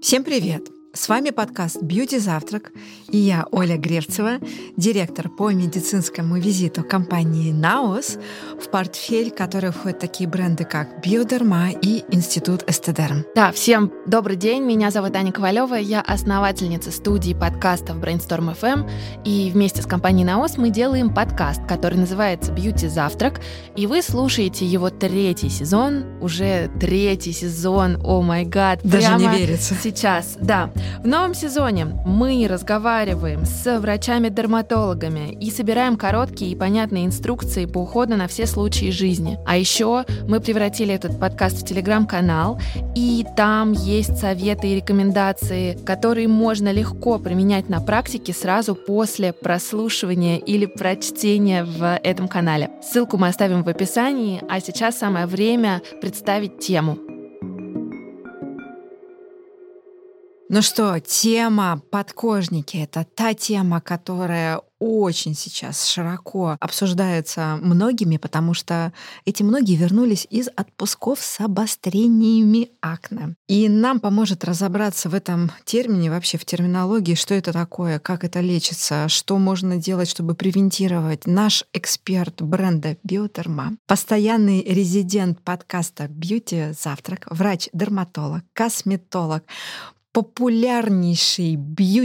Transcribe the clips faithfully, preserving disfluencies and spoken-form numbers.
Всем привет! С вами подкаст «Бьюти Завтрак» и я, Оля Гревцева, директор по медицинскому визиту компании «Наос», в портфель которой входят такие бренды, как «Биодерма» и «Институт Эстедерм». Да, всем добрый день, меня зовут Аня Ковалева, я основательница студии подкастов Brainstorm эф эм, и вместе с компанией «Наос» мы делаем подкаст, который называется «Бьюти Завтрак», и вы слушаете его третий сезон, уже третий сезон, о май гад, даже не верится. Сейчас, да. В новом сезоне мы разговариваем с врачами-дерматологами и собираем короткие и понятные инструкции по уходу на все случаи жизни. А еще мы превратили этот подкаст в телеграм-канал, и там есть советы и рекомендации, которые можно легко применять на практике сразу после прослушивания или прочтения в этом канале. Ссылку мы оставим в описании, а сейчас самое время представить тему. Ну что, тема подкожники — это та тема, которая очень сейчас широко обсуждается многими, потому что эти многие вернулись из отпусков с обострениями акне. И нам поможет разобраться в этом термине, вообще в терминологии, что это такое, как это лечится, что можно делать, чтобы превентировать, наш эксперт бренда «Биодерма», постоянный резидент подкаста «Бьюти Завтрак», врач-дерматолог, косметолог, популярнейший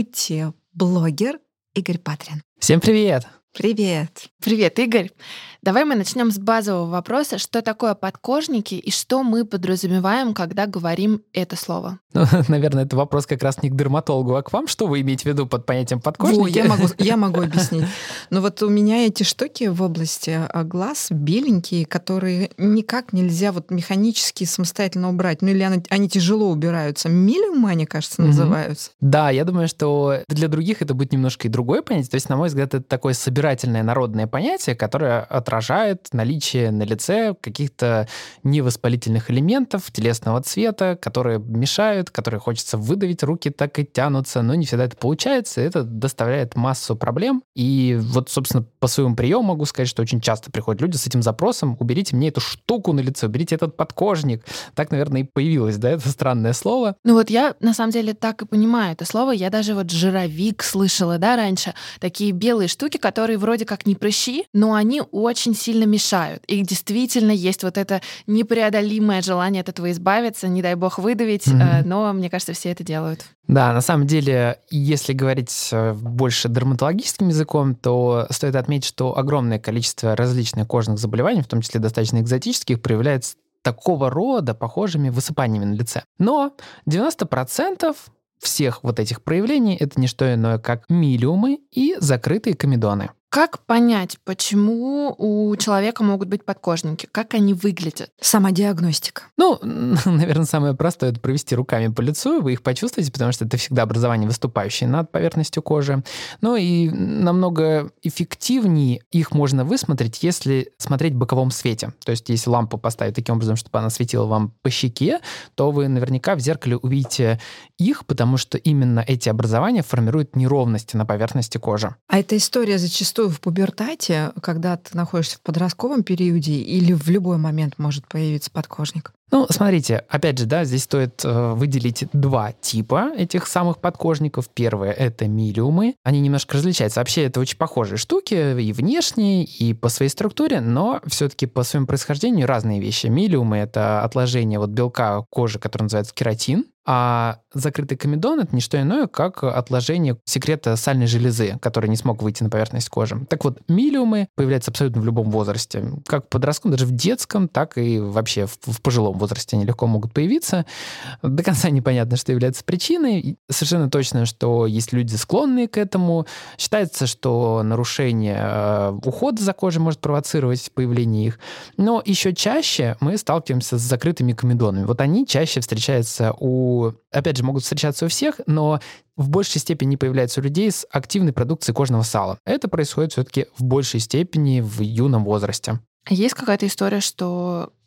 бьюти-блогер Игорь Патрин. Всем привет! Привет! Привет, Игорь! Давай мы начнем с базового вопроса, что такое подкожники и что мы подразумеваем, когда говорим это слово. Ну, наверное, это вопрос как раз не к дерматологу, а к вам. Что вы имеете в виду под понятием подкожники? Во, я могу, я могу объяснить. Но вот у меня эти штуки в области глаз беленькие, которые никак нельзя вот механически самостоятельно убрать. Ну или они, они тяжело убираются. Милиумы, они, кажется, называются. Mm-hmm. Да, я думаю, что для других это будет немножко и другое понятие. То есть, на мой взгляд, это такое собирательное народное понятие, которое отражает наличие на лице каких-то невоспалительных элементов телесного цвета, которые мешают, которые хочется выдавить, руки так и тянутся, но не всегда это получается, и это доставляет массу проблем. И вот, собственно, по своему приему могу сказать, что очень часто приходят люди с этим запросом: уберите мне эту штуку на лицо, уберите этот подкожник. Так, наверное, и появилось, да, это странное слово. Ну вот я, на самом деле, так и понимаю это слово. Я даже вот жировик слышала, да, раньше. Такие белые штуки, которые вроде как не прыщи, но они очень сильно мешают. И действительно есть вот это непреодолимое желание от этого избавиться, не дай бог выдавить, mm-hmm. но, мне кажется, все это делают. Да, на самом деле, если говорить больше дерматологическим языком, то стоит отметить, что огромное количество различных кожных заболеваний, в том числе достаточно экзотических, проявляется такого рода похожими высыпаниями на лице. Но девяносто процентов всех вот этих проявлений — это не что иное, как милиумы и закрытые комедоны. Как понять, почему у человека могут быть подкожники? Как они выглядят? Самодиагностика. Ну, наверное, самое простое — это провести руками по лицу, вы их почувствуете, потому что это всегда образование, выступающее над поверхностью кожи. Ну и намного эффективнее их можно высмотреть, если смотреть в боковом свете. То есть если лампу поставить таким образом, чтобы она светила вам по щеке, то вы наверняка в зеркале увидите их, потому что именно эти образования формируют неровности на поверхности кожи. А эта история зачастую в пубертате, когда ты находишься в подростковом периоде, или в любой момент может появиться подкожник? Ну, смотрите, опять же, да, здесь стоит э, выделить два типа этих самых подкожников. Первое — это милиумы. Они немножко различаются. Вообще, это очень похожие штуки и внешне, и по своей структуре, но все-таки по своему происхождению разные вещи. Милиумы — это отложение вот белка кожи, который называется кератин, а закрытый комедон — это не что иное, как отложение секрета сальной железы, который не смог выйти на поверхность кожи. Так вот, милиумы появляются абсолютно в любом возрасте. Как в подростковом, даже в детском, так и вообще в, в пожилом возрасте они легко могут появиться. До конца непонятно, что является причиной. Совершенно точно, что есть люди, склонные к этому. Считается, что нарушение э, ухода за кожей может провоцировать появление их. Но еще чаще мы сталкиваемся с закрытыми комедонами. Вот они чаще встречаются у опять же, могут встречаться у всех, но в большей степени появляются у людей с активной продукцией кожного сала. Это происходит все-таки в большей степени в юном возрасте. Есть какая-то история, что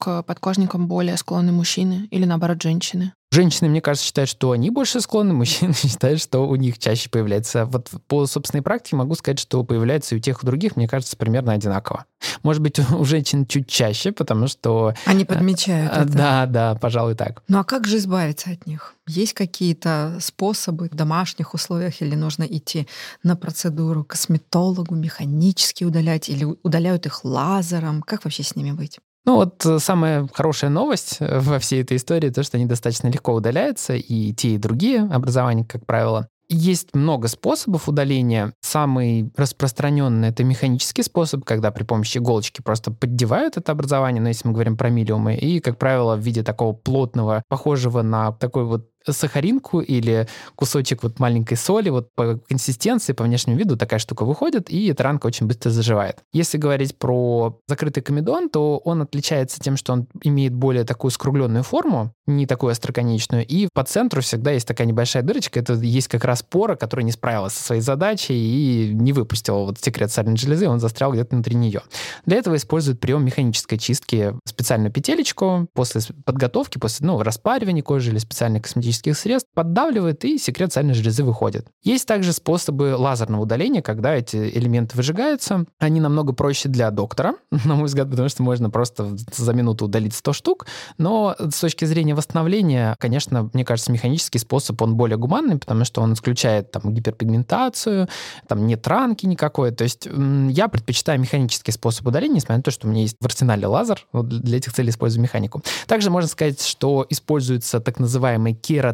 к подкожникам более склонны мужчины или, наоборот, женщины? Женщины, мне кажется, считают, что они больше склонны, мужчины считают, что у них чаще появляется. Вот по собственной практике могу сказать, что появляется и у тех, и у других, мне кажется, примерно одинаково. Может быть, у женщин чуть чаще, потому что... Они подмечают это. Да, да, пожалуй, так. Ну а как же избавиться от них? Есть какие-то способы в домашних условиях или нужно идти на процедуру к косметологу, механически удалять или удаляют их лазером? Как вообще с ними быть? Ну вот самая хорошая новость во всей этой истории, то, что они достаточно легко удаляются, и те, и другие образования, как правило. Есть много способов удаления. Самый распространенный — это механический способ, когда при помощи иголочки просто поддевают это образование, но если мы говорим про милиумы, и, как правило, в виде такого плотного, похожего на такой вот сахаринку или кусочек вот маленькой соли, вот по консистенции, по внешнему виду такая штука выходит, и эта ранка очень быстро заживает. Если говорить про закрытый комедон, то он отличается тем, что он имеет более такую скругленную форму, не такую остроконечную, и по центру всегда есть такая небольшая дырочка, это есть как раз пора, которая не справилась со своей задачей и не выпустила вот секрет сальной железы, он застрял где-то внутри нее. Для этого используют прием механической чистки, специальную петелечку после подготовки, после ну, распаривания кожи или специальной косметической средств, поддавливает, и секрет сальной железы выходит. Есть также способы лазерного удаления, когда эти элементы выжигаются. Они намного проще для доктора, на мой взгляд, потому что можно просто за минуту удалить сто штук, но с точки зрения восстановления, конечно, мне кажется, механический способ, он более гуманный, потому что он исключает там гиперпигментацию, там нет ранки никакой. То есть я предпочитаю механический способ удаления, несмотря на то, что у меня есть в арсенале лазер, вот для этих целей использую механику. Также можно сказать, что используются так называемые кератолитики,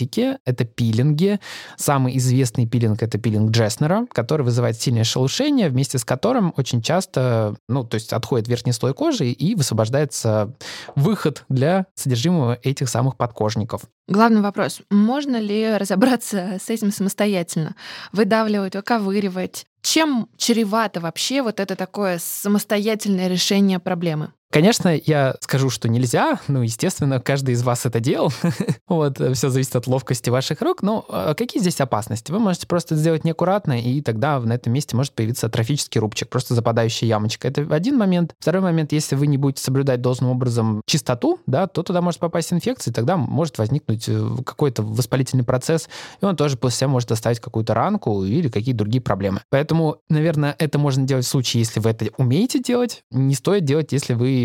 это пилинги. Самый известный пилинг — это пилинг Джеснера, который вызывает сильное шелушение, вместе с которым очень часто, ну, то есть отходит верхний слой кожи и высвобождается выход для содержимого этих самых подкожников. Главный вопрос. Можно ли разобраться с этим самостоятельно? Выдавливать, выковыривать? Чем чревато вообще вот это такое самостоятельное решение проблемы? Конечно, я скажу, что нельзя. Ну, естественно, каждый из вас это делал. Вот, все зависит от ловкости ваших рук. Но какие здесь опасности? Вы можете просто это сделать неаккуратно, и тогда на этом месте может появиться атрофический рубчик, просто западающая ямочка. Это один момент. Второй момент, если вы не будете соблюдать должным образом чистоту, да, то туда может попасть инфекция, и тогда может возникнуть какой-то воспалительный процесс, и он тоже после себя может оставить какую-то ранку или какие-то другие проблемы. Поэтому, наверное, это можно делать в случае, если вы это умеете делать. Не стоит делать, если вы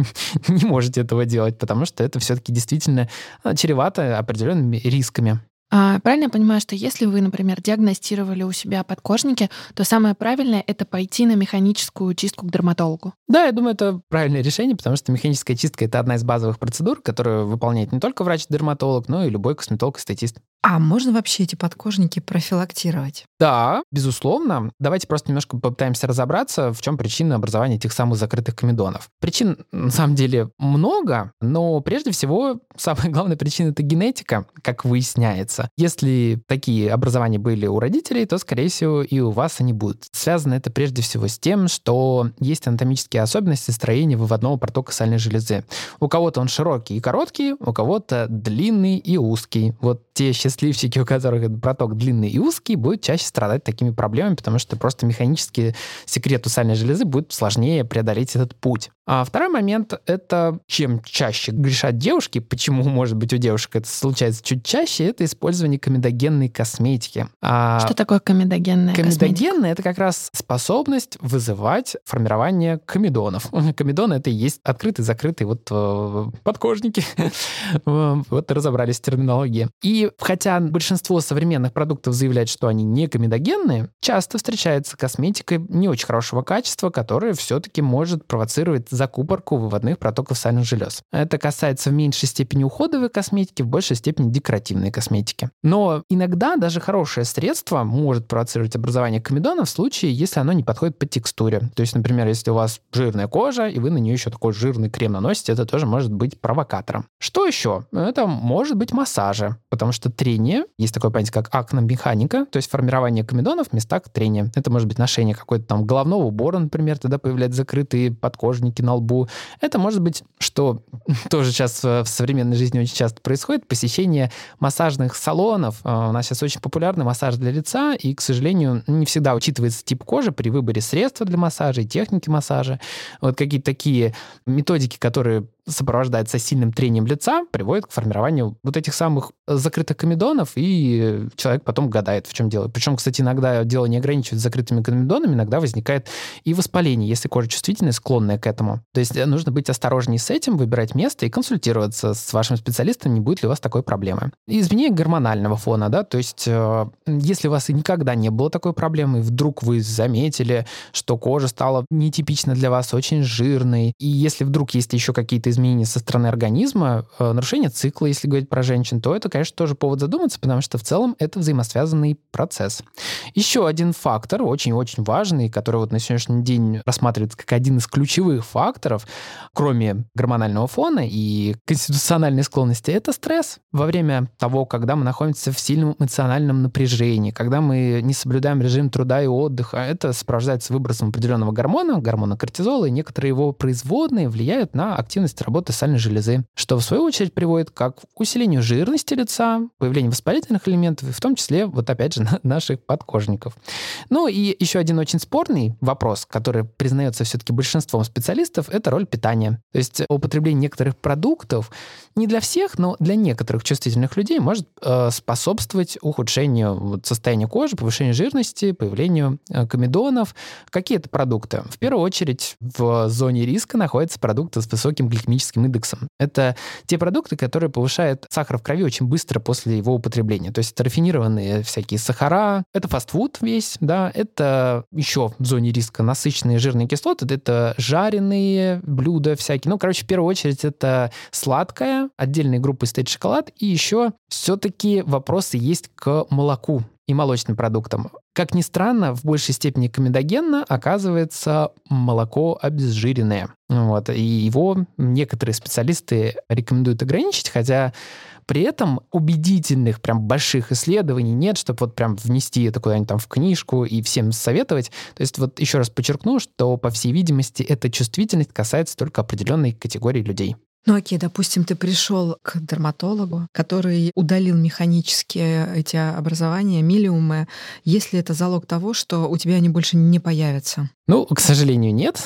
не можете этого делать, потому что это все-таки действительно чревато определенными рисками. А правильно я понимаю, что если вы, например, диагностировали у себя подкожники, то самое правильное — это пойти на механическую чистку к дерматологу? Да, я думаю, это правильное решение, потому что механическая чистка — это одна из базовых процедур, которую выполняет не только врач-дерматолог, но и любой косметолог-эстетист. А можно вообще эти подкожники профилактировать? Да, безусловно. Давайте просто немножко попытаемся разобраться, в чем причина образования этих самых закрытых комедонов. Причин, на самом деле, много, но прежде всего самая главная причина — это генетика, как выясняется. Если такие образования были у родителей, то, скорее всего, и у вас они будут. Связано это прежде всего с тем, что есть анатомические особенности строения выводного протока сальной железы. У кого-то он широкий и короткий, у кого-то длинный и узкий. Вот те счастливчики, у которых этот проток длинный и узкий, будут чаще страдать такими проблемами, потому что просто механически секрету сальной железы будет сложнее преодолеть этот путь. А второй момент — это чем чаще грешат девушки, почему, может быть, у девушек это случается чуть чаще, это использование комедогенной косметики. А что такое комедогенная косметика? Комедогенная — это как раз способность вызывать формирование комедонов. Комедоны — это и есть открытые, закрытые вот подкожники. Вот разобрались в терминологии. И хотя большинство современных продуктов заявляет, что они не комедогенные, часто встречается косметика не очень хорошего качества, которая все-таки может провоцировать закупорку выводных протоков сальных желез. Это касается в меньшей степени уходовой косметики, в большей степени декоративной косметики. Но иногда даже хорошее средство может провоцировать образование комедонов в случае, если оно не подходит по текстуре. То есть, например, если у вас жирная кожа, и вы на нее еще такой жирный крем наносите, это тоже может быть провокатором. Что еще? Это может быть массажи, потому что трение, есть такое понятие, как акномеханика, то есть формирование комедонов в местах трения. Это может быть ношение какой-то там головного убора, например, тогда появляются закрытые подкожники на лбу. Это может быть, что тоже сейчас в современной жизни очень часто происходит, посещение массажных салонов. У нас сейчас очень популярный массаж для лица, и, к сожалению, не всегда учитывается тип кожи при выборе средства для массажа и техники массажа. Вот какие-то такие методики, которые сопровождается сильным трением лица, приводит к формированию вот этих самых закрытых комедонов, и человек потом гадает, в чем дело. Причем, кстати, иногда дело не ограничивается закрытыми комедонами, иногда возникает и воспаление, если кожа чувствительная, склонная к этому. То есть нужно быть осторожнее с этим, выбирать место и консультироваться с вашим специалистом, не будет ли у вас такой проблемы. Изменение гормонального фона, да, то есть если у вас и никогда не было такой проблемы, и вдруг вы заметили, что кожа стала нетипично для вас, очень жирной, и если вдруг есть еще какие-то изменения со стороны организма, нарушение цикла, если говорить про женщин, то это, конечно, тоже повод задуматься, потому что в целом это взаимосвязанный процесс. Еще один фактор, очень-очень важный, который вот на сегодняшний день рассматривается как один из ключевых факторов, кроме гормонального фона и конституциональной склонности, это стресс. Во время того, когда мы находимся в сильном эмоциональном напряжении, когда мы не соблюдаем режим труда и отдыха, это сопровождается выбросом определенного гормона, гормона кортизола, и некоторые его производные влияют на активность работы сальной железы, что в свою очередь приводит как к усилению жирности лица, появлению воспалительных элементов, и в том числе, вот опять же, наших подкожников. Ну и еще один очень спорный вопрос, который признается все-таки большинством специалистов, это роль питания. То есть употребление некоторых продуктов не для всех, но для некоторых чувствительных людей может э, способствовать ухудшению вот, состояния кожи, повышению жирности, появлению э, комедонов. Какие это продукты? В первую очередь в зоне риска находятся продукты с высоким гликемическим индексом. Это те продукты, которые повышают сахар в крови очень быстро после его употребления. То есть это рафинированные всякие сахара, это фастфуд весь, да, это еще в зоне риска насыщенные жирные кислоты, это жареные блюда всякие. Ну, короче, в первую очередь это сладкое, отдельные группы стоит шоколад, и еще все-таки вопросы есть к молоку и молочным продуктам. Как ни странно, в большей степени комедогенно оказывается молоко обезжиренное. Вот, и его некоторые специалисты рекомендуют ограничить, хотя при этом убедительных, прям больших исследований нет, чтобы вот прям внести это куда-нибудь там в книжку и всем советовать. То есть вот еще раз подчеркну, что, по всей видимости, эта чувствительность касается только определенной категории людей. Ну окей, допустим, ты пришел к дерматологу, который удалил механически эти образования, милиумы. Есть ли это залог того, что у тебя они больше не появятся? Ну, к сожалению, нет.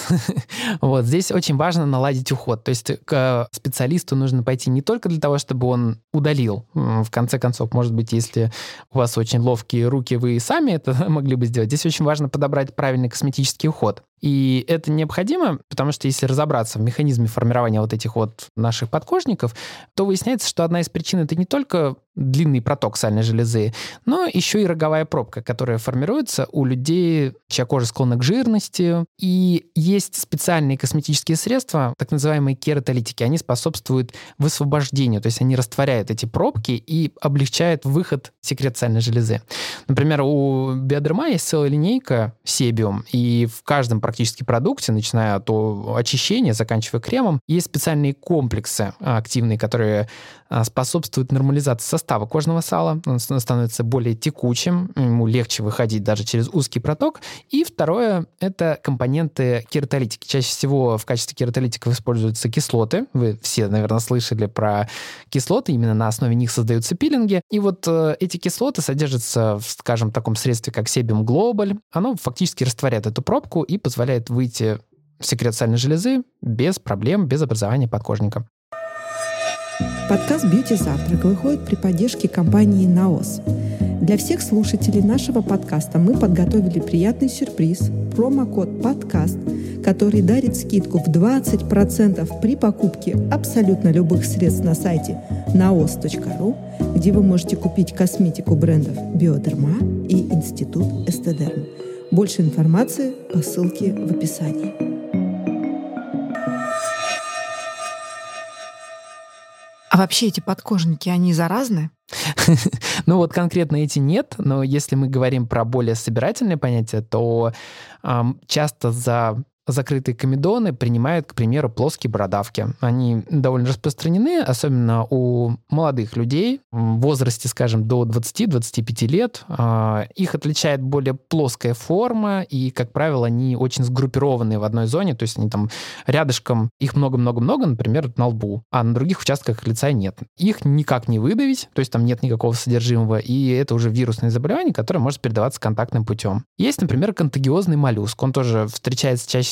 Вот здесь очень важно наладить уход. То есть к специалисту нужно пойти не только для того, чтобы он удалил. В конце концов, может быть, если у вас очень ловкие руки, вы и сами это могли бы сделать. Здесь очень важно подобрать правильный косметический уход. И это необходимо, потому что если разобраться в механизме формирования вот этих вот наших подкожников, то выясняется, что одна из причин — это не только длинный проток сальной железы, но еще и роговая пробка, которая формируется у людей, чья кожа склонна к жирности. И есть специальные косметические средства, так называемые кератолитики. Они способствуют высвобождению, то есть они растворяют эти пробки и облегчают выход секрета сальной железы. Например, у Биодерма есть целая линейка Себиум, и в каждом практически продукте, начиная от очищения, заканчивая кремом, есть специальные комплексы активные, которые способствуют нормализации состава кожного сала, он становится более текучим, ему легче выходить даже через узкий проток. И второе — это компоненты кератолитики. Чаще всего в качестве кератолитиков используются кислоты. Вы все, наверное, слышали про кислоты, именно на основе них создаются пилинги. И вот э, эти кислоты содержатся в, скажем, таком средстве, как Себиум Глобаль. Оно фактически растворяет эту пробку и позволяет выйти в секрет сальной железы без проблем, без образования подкожника. Подкаст «Бьюти Завтрак» выходит при поддержке компании «Наос». Для всех слушателей нашего подкаста мы подготовили приятный сюрприз – промокод «Подкаст», который дарит скидку в двадцать процентов при покупке абсолютно любых средств на сайте наос точка ру, где вы можете купить косметику брендов «Биодерма» и «Институт Эстедерм». Больше информации по ссылке в описании. А вообще эти подкожники, они заразны? Ну вот конкретно эти нет, но если мы говорим про более собирательные понятия, то э, часто за закрытые комедоны принимают, к примеру, плоские бородавки. Они довольно распространены, особенно у молодых людей в возрасте, скажем, до двадцати-двадцати пяти лет. Их отличает более плоская форма, и, как правило, они очень сгруппированы в одной зоне, то есть они там рядышком, их много-много-много, например, на лбу, а на других участках лица нет. Их никак не выдавить, то есть там нет никакого содержимого, и это уже вирусное заболевание, которое может передаваться контактным путем. Есть, например, контагиозный моллюск. Он тоже встречается чаще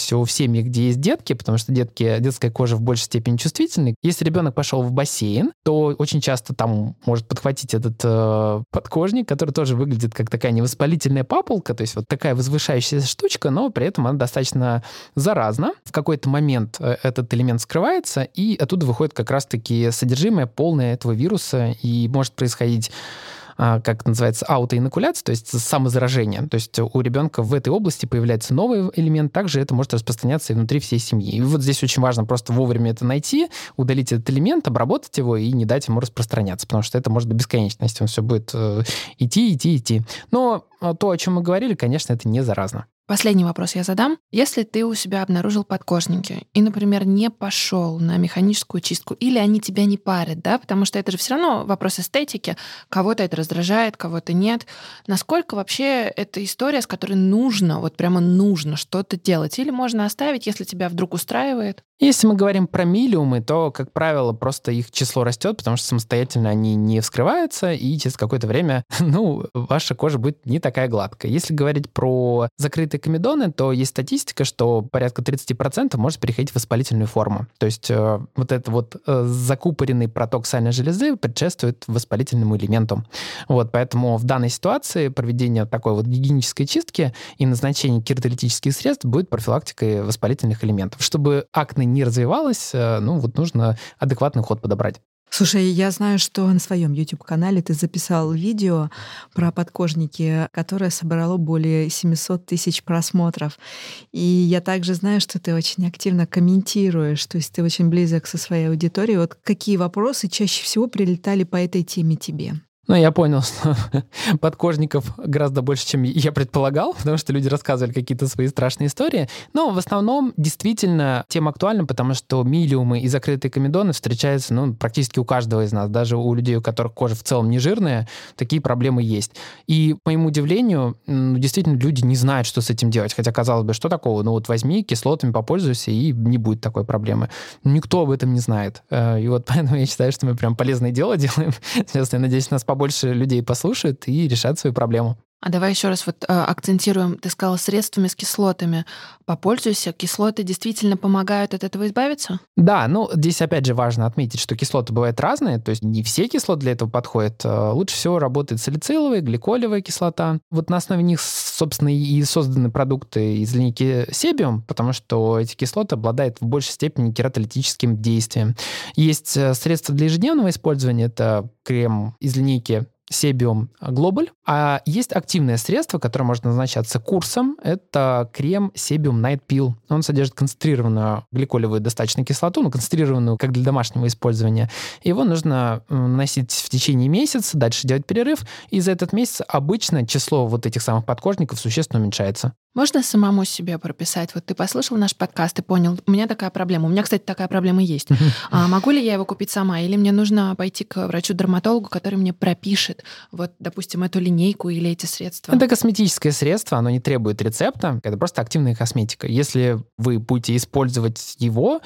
всего в семьях, где есть детки, потому что детки, детская кожа в большей степени чувствительны. Если ребенок пошел в бассейн, то очень часто там может подхватить этот э, подкожник, который тоже выглядит как такая невоспалительная папулка, то есть вот такая возвышающаяся штучка, но при этом она достаточно заразна. В какой-то момент этот элемент скрывается, и оттуда выходит как раз-таки содержимое полное этого вируса, и может происходить, как это называется, аутоинокуляция, то есть самозаражение. То есть у ребенка в этой области появляется новый элемент, также это может распространяться и внутри всей семьи. И вот здесь очень важно просто вовремя это найти, удалить этот элемент, обработать его и не дать ему распространяться, потому что это может до бесконечности, он все будет идти, идти, идти. Но то, о чем мы говорили, конечно, это не заразно. Последний вопрос я задам. Если ты у себя обнаружил подкожники и, например, не пошел на механическую чистку, или они тебя не парят, да, потому что это же все равно вопрос эстетики, кого-то это раздражает, кого-то нет. Насколько вообще эта история, с которой нужно, вот прямо нужно что-то делать, или можно оставить, если тебя вдруг устраивает? Если мы говорим про милиумы, то, как правило, просто их число растет, потому что самостоятельно они не вскрываются, и через какое-то время, ну, ваша кожа будет не такая гладкая. Если говорить про закрытые комедоны, то есть статистика, что порядка тридцать процентов может переходить в воспалительную форму. То есть э, вот этот вот э, закупоренный проток сальной железы предшествует воспалительному элементу. Вот, поэтому в данной ситуации проведение такой вот гигиенической чистки и назначение кератолитических средств будет профилактикой воспалительных элементов. Чтобы акне не развивалось, э, ну вот нужно адекватный уход подобрать. Слушай, я знаю, что на своем YouTube-канале ты записал видео про подкожники, которое собрало более семьсот тысяч просмотров. И я также знаю, что ты очень активно комментируешь, то есть ты очень близок со своей аудиторией. Вот какие вопросы чаще всего прилетали по этой теме тебе? Ну, я понял, что подкожников гораздо больше, чем я предполагал, потому что люди рассказывали какие-то свои страшные истории. Но в основном действительно тема актуальна, потому что милиумы и закрытые комедоны встречаются ну, практически у каждого из нас. Даже у людей, у которых кожа в целом не жирная, такие проблемы есть. И, по моему удивлению, действительно люди не знают, что с этим делать. Хотя, казалось бы, что такого? Ну вот возьми, кислотами попользуйся, и не будет такой проблемы. Никто об этом не знает. И вот поэтому я считаю, что мы прям полезное дело делаем. Сейчас, я надеюсь, нас побольше людей послушают и решат свою проблему. А давай еще раз вот э, акцентируем. Ты сказала, средствами с кислотами. Попользуйся. Кислоты действительно помогают от этого избавиться? Да, ну здесь опять же важно отметить, что кислоты бывают разные, то есть не все кислоты для этого подходят. Лучше всего работает салициловая, гликолевая кислота. Вот на основе них, собственно, и созданы продукты из линейки Sebium, потому что эти кислоты обладают в большей степени кератолитическим действием. Есть средства для ежедневного использования, это крем из линейки Sebium Global. А есть активное средство, которое может назначаться курсом. Это крем Sebium Night Peel. Он содержит концентрированную гликолевую достаточно кислоту, но концентрированную как для домашнего использования. Его нужно наносить в течение месяца, дальше делать перерыв. И за этот месяц обычно число вот этих самых подкожников существенно уменьшается. Можно самому себе прописать? Вот ты послушал наш подкаст и понял, у меня такая проблема. У меня, кстати, такая проблема есть. А могу ли я его купить сама? Или мне нужно пойти к врачу-дерматологу, который мне пропишет, вот, допустим, эту линейку или эти средства? Это косметическое средство, оно не требует рецепта. Это просто активная косметика. Если вы будете использовать его,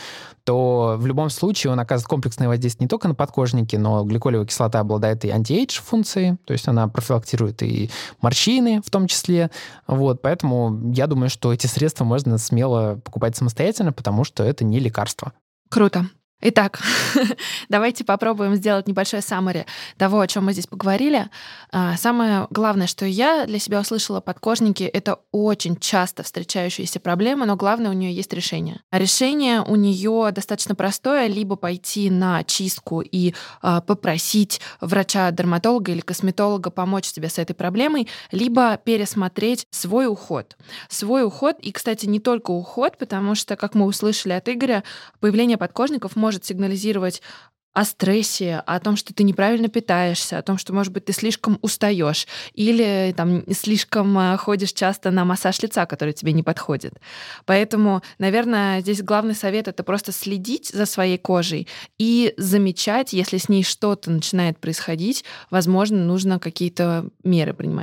то в любом случае он оказывает комплексное воздействие не только на подкожники, но гликолевая кислота обладает и анти-эйдж функцией, то есть она профилактирует и морщины в том числе. Вот, поэтому я думаю, что эти средства можно смело покупать самостоятельно, потому что это не лекарство. Круто. Итак, давайте попробуем сделать небольшое саммари того, о чем мы здесь поговорили. Самое главное, что я для себя услышала, подкожники — это очень часто встречающаяся проблема, но главное, у нее есть решение. А решение у нее достаточно простое: либо пойти на чистку и попросить врача-дерматолога или косметолога помочь тебе с этой проблемой, либо пересмотреть свой уход. Свой уход, и, кстати, не только уход, потому что, как мы услышали от Игоря, появление подкожников может сигнализировать о стрессе, о том, что ты неправильно питаешься, о том, что, может быть, ты слишком устаешь или там слишком ходишь часто на массаж лица, который тебе не подходит. Поэтому, наверное, здесь главный совет — это просто следить за своей кожей и замечать, если с ней что-то начинает происходить, возможно, нужно какие-то меры принимать.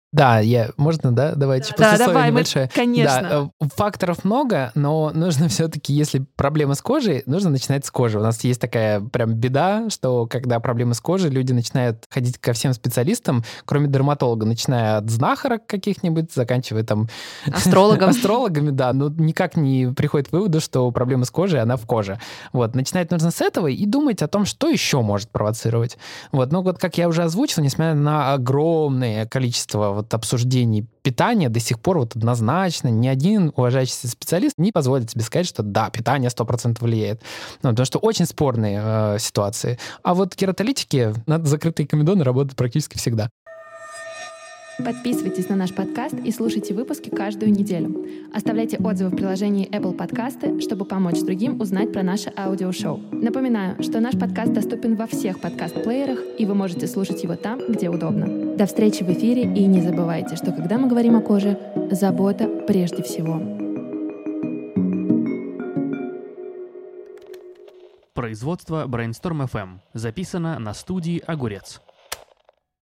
Да, я, можно, да? Давайте Да, послесловие давай, мы- небольшое. конечно. Да, факторов много, но нужно все-таки, если проблема с кожей, нужно начинать с кожи. У нас есть такая прям беда, что когда проблемы с кожей, люди начинают ходить ко всем специалистам, кроме дерматолога, начиная от знахарок каких-нибудь, заканчивая там... Астрологом. Астрологами, да, но никак не приходит к выводу, что проблема с кожей, она в коже. Вот, начинать нужно с этого и думать о том, что еще может провоцировать. Вот, ну вот, как я уже озвучил, несмотря на огромное количество вот обсуждений питания, до сих пор вот однозначно ни один уважающийся специалист не позволит себе сказать, что да, питание сто процентов влияет. Ну, потому что очень спорные э, ситуации. А вот кератолитики на закрытые комедоны работают практически всегда. Подписывайтесь на наш подкаст и слушайте выпуски каждую неделю. Оставляйте отзывы в приложении Apple Podcasts, чтобы помочь другим узнать про наше аудиошоу. Напоминаю, что наш подкаст доступен во всех подкаст-плеерах, и вы можете слушать его там, где удобно. До встречи в эфире, и не забывайте, что когда мы говорим о коже, забота прежде всего. Производство Brainstorm эф эм. Записано на студии «Огурец».